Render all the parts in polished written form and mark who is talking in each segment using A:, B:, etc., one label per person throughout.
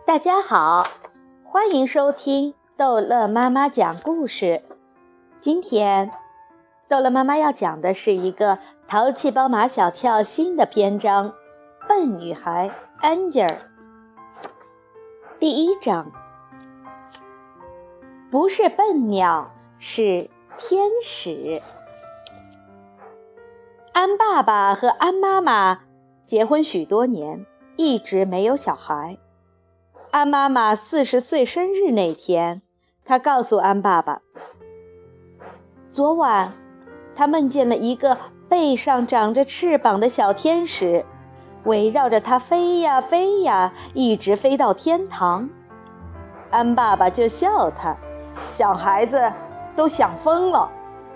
A: 大家好，欢迎收听逗乐妈妈讲故事。今天逗乐妈妈要讲的是一个淘气包马小跳新的篇章，笨女孩安吉尔。第一章，不是笨鸟，是天使。安爸爸和安妈妈结婚许多年，一直没有小孩。安妈妈40岁生日那天，她告诉安爸爸，昨晚她梦见了一个背上长着翅膀的小天使，围绕着她飞呀飞呀，一直飞到天堂。安爸爸就笑他，小孩子都想疯了。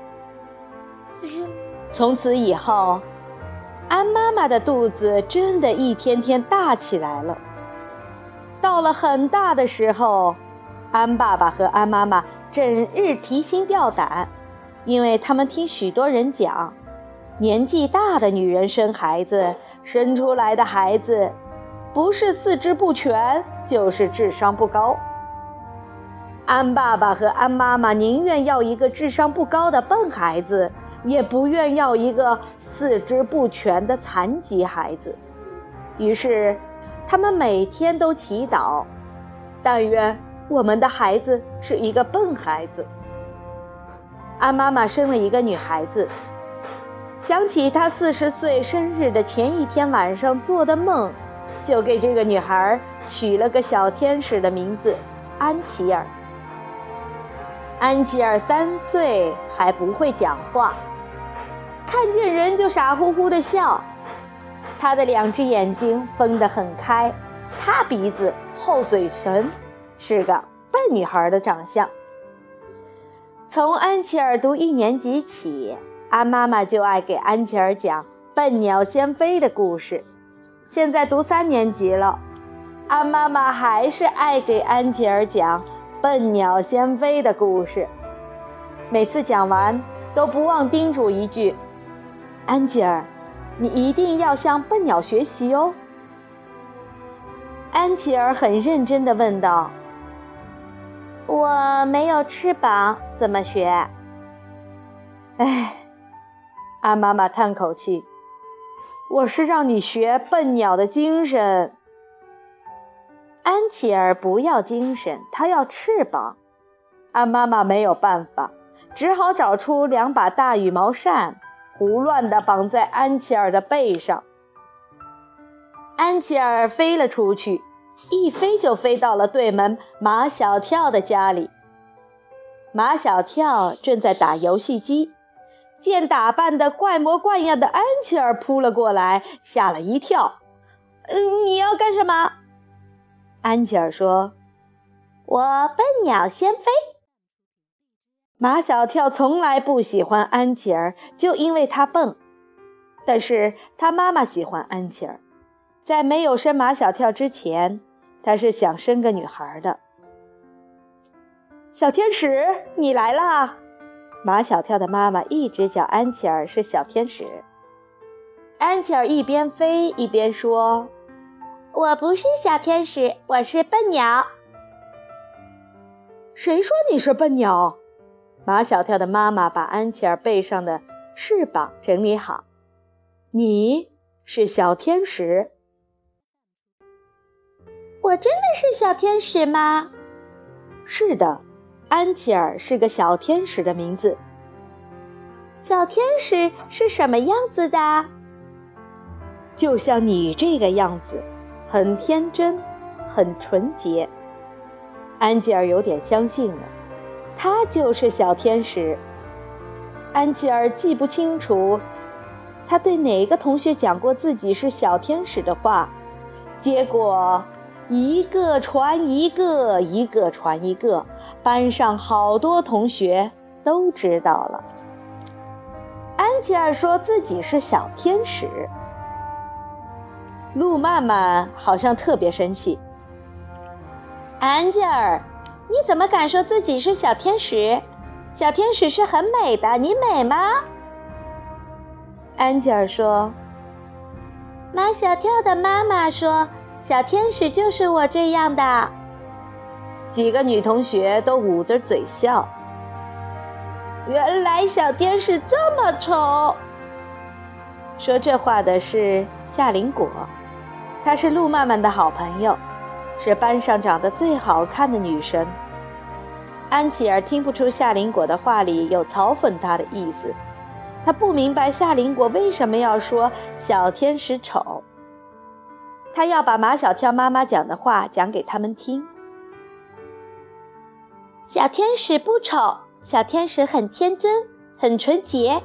A: 从此以后，安妈妈的肚子真的一天天大起来了。到了很大的时候，安爸爸和安妈妈整日提心吊胆，因为他们听许多人讲，年纪大的女人生孩子，生出来的孩子不是四肢不全，就是智商不高。安爸爸和安妈妈宁愿要一个智商不高的笨孩子，也不愿要一个四肢不全的残疾孩子。于是他们每天都祈祷，但愿我们的孩子是一个笨孩子。安妈妈生了一个女孩子，想起她40岁生日的前一天晚上做的梦，就给这个女孩取了个小天使的名字安琪儿。安琪儿3岁，还不会讲话，看见人就傻乎乎地笑。她的2只眼睛分得很开，塌鼻子，厚嘴唇，是个笨女孩的长相。从安琪儿读1年级起，安妈妈就爱给安琪儿讲笨鸟先飞的故事。现在读3年级了，安妈妈还是爱给安琪儿讲笨鸟先飞的故事。每次讲完都不忘叮嘱一句，安琪儿，你一定要向笨鸟学习哦。安琪儿很认真地问道，我没有翅膀，怎么学？安妈妈叹口气，我是让你学笨鸟的精神。安琪儿不要精神，她要翅膀。安妈妈没有办法，只好找出2把大羽毛扇，胡乱地绑在安琪儿的背上。安琪儿飞了出去，一飞就飞到了对门马小跳的家里。马小跳正在打游戏机，见打扮得怪模怪样的安琪儿扑了过来，吓了一跳。你要干什么？安琪儿说，我笨鸟先飞。马小跳从来不喜欢安琪儿，就因为她笨。但是他妈妈喜欢安琪儿，在没有生马小跳之前，他是想生个女孩的。小天使，你来啦！马小跳的妈妈一直叫安琪儿是小天使。安琪儿一边飞一边说，我不是小天使，我是笨鸟。谁说你是笨鸟？马小跳的妈妈把安琪儿背上的翅膀整理好，你是小天使。我真的是小天使吗？是的，安琪儿是个小天使的名字。小天使是什么样子的？就像你这个样子，很天真，很纯洁。安琪儿有点相信了，她就是小天使。安琪儿记不清楚她对哪个同学讲过自己是小天使的话，结果一个传一个，一个传一个，班上好多同学都知道了。安琪儿说自己是小天使。路曼曼好像特别生气。安琪儿，你怎么敢说自己是小天使？小天使是很美的，你美吗？安琪儿说，马小跳的妈妈说， 小天使就是我这样的。几个女同学都捂着嘴笑。原来小天使这么丑。说这话的是夏林果，她是路曼曼的好朋友，是班上长得最好看的女生。安琪儿听不出夏林果的话里有嘲讽她的意思，她不明白夏林果为什么要说小天使丑。她要把马小跳妈妈讲的话讲给他们听。小天使不丑，小天使很天真，很纯洁。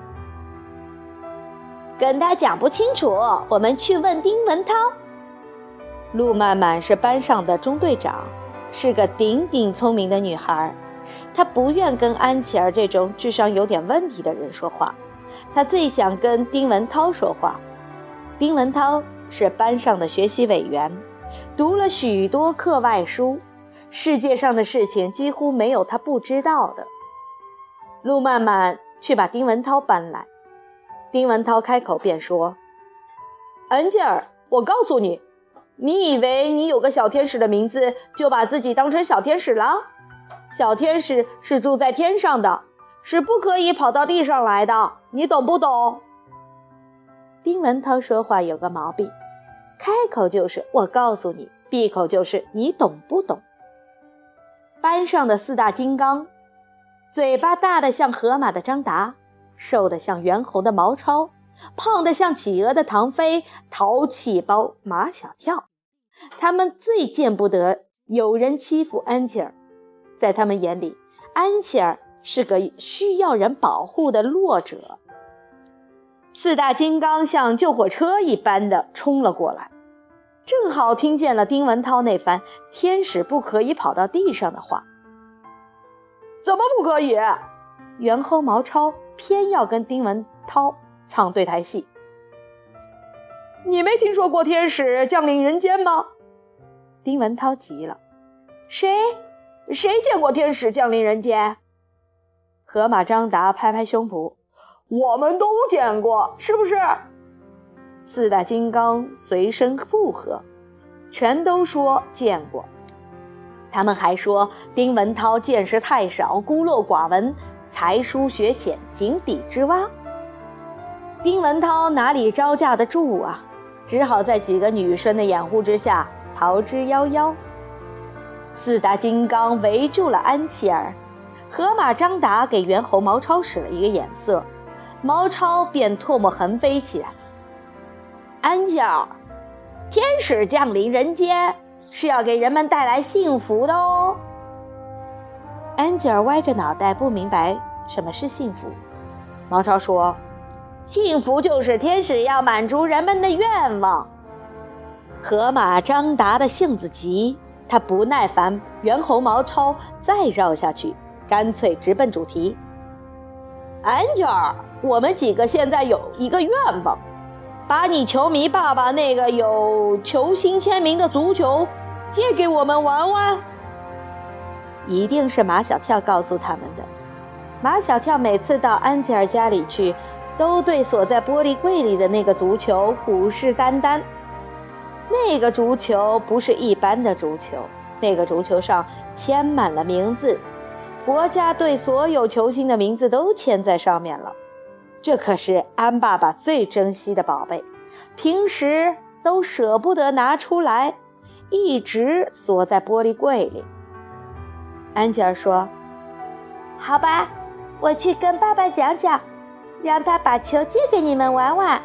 A: 跟他讲不清楚，我们去问丁文涛。陆曼曼是班上的中队长，是个顶顶聪明的女孩，她不愿跟安琪儿这种智商有点问题的人说话，她最想跟丁文涛说话。丁文涛是班上的学习委员，读了许多课外书，世界上的事情几乎没有他不知道的。陆曼曼去把丁文涛搬来。丁文涛开口便说：安琪儿，我告诉你，你以为你有个小天使的名字就把自己当成小天使了？小天使是住在天上的，是不可以跑到地上来的，你懂不懂？丁文涛说话有个毛病，开口就是我告诉你，闭口就是你懂不懂。班上的四大金刚，嘴巴大得像河马的张达，瘦得像袁弘的毛超，胖得像企鹅的唐飞，淘气包马小跳。他们最见不得有人欺负安琪儿，在他们眼里，安琪儿是个需要人保护的弱者。四大金刚像救火车一般的冲了过来，正好听见了丁文涛那番天使不可以跑到地上的话。怎么不可以？袁弘毛超偏要跟丁文涛唱对台戏。你没听说过天使降临人间吗？丁文涛急了。谁见过天使降临人间？河马张达拍拍胸脯，我们都见过，是不是？四大金刚随声附和，全都说见过。他们还说丁文涛见识太少，孤陋寡闻，才疏学浅，井底之蛙。丁文涛哪里招架得住啊，只好在几个女生的掩护之下逃之夭夭。四大金刚围住了安琪儿，河马张达给袁弘毛超使了一个眼色，毛超便唾沫横飞起来。安琪儿，天使降临人间是要给人们带来幸福的哦。安琪儿歪着脑袋不明白什么是幸福。毛超说，幸福就是天使要满足人们的愿望。河马张达的性子急，他不耐烦袁弘毛超再绕下去，干脆直奔主题。安琪儿，我们几个现在有一个愿望，把你球迷爸爸那个有球星签名的足球借给我们玩玩。一定是马小跳告诉他们的。马小跳每次到安琪儿家里去，都对锁在玻璃柜里的那个足球虎视眈眈。那个足球不是一般的足球，那个足球上签满了名字，国家队所有球星的名字都签在上面了。这可是安爸爸最珍惜的宝贝，平时都舍不得拿出来，一直锁在玻璃柜里。安琪儿说，好吧，我去跟爸爸讲讲，让他把球借给你们玩玩。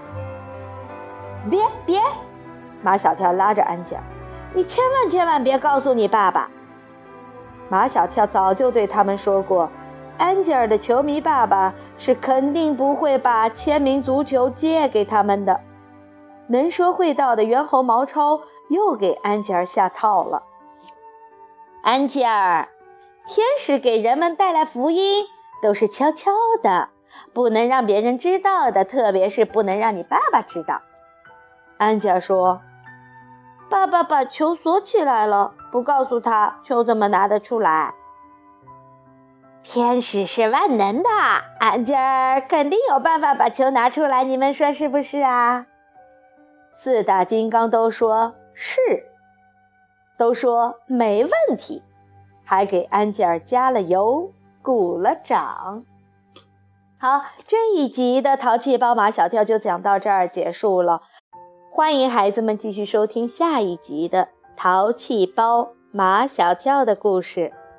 A: 别，马小跳拉着安琪儿，你千万别告诉你爸爸。马小跳早就对他们说过，安琪儿的球迷爸爸是肯定不会把签名足球借给他们的。能说会道的袁弘毛超又给安琪儿下套了。安琪儿，天使给人们带来福音都是悄悄的，不能让别人知道的，特别是不能让你爸爸知道。安琪儿说，爸爸把球锁起来了，不告诉他，球怎么拿得出来？天使是万能的，安琪儿肯定有办法把球拿出来，你们说是不是啊？四大金刚都说是，都说没问题，还给安吉尔加了油，鼓了掌。好，这一集的淘气包马小跳就讲到这儿结束了。欢迎孩子们继续收听下一集的淘气包马小跳的故事。